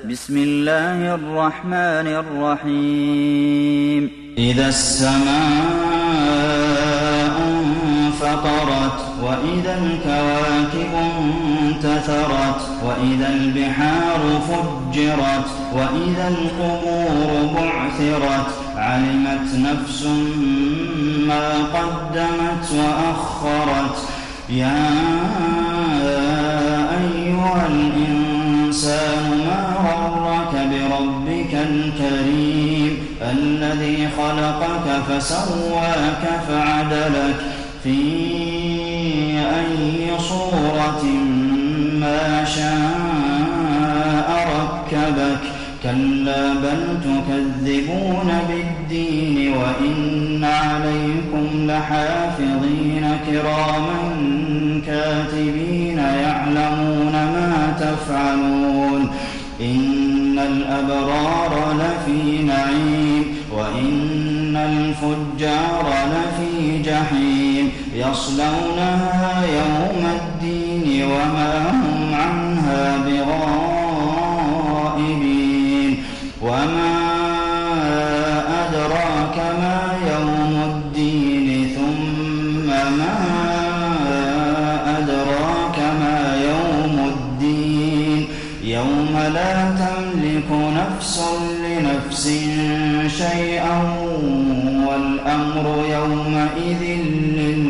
بسم الله الرحمن الرحيم إذا السماء انفطرت وإذا الكواكب انتثرت وإذا البحار فجرت وإذا القبور بعثرت علمت نفس ما قدمت وأخرت يا أيها الإنسان ما غرك بربك الكريم الذي خلقك فسواك فعدلك في أي صورة ما شاء ركبك كلا بل تكذبون بالدين وإن عليكم لحافظين كراما كاتبين يعلمون ما تفعلون إن الأبرار لفي نعيم وإن الفجار لفي جحيم يصلونها يوم الدين وما هم عنها بغائبين وما أدراك ما يوم الدين ثم ما أدراك ما يوم الدين يوم لا تملك نفس لنفس شيئا والأمر يومئذ لله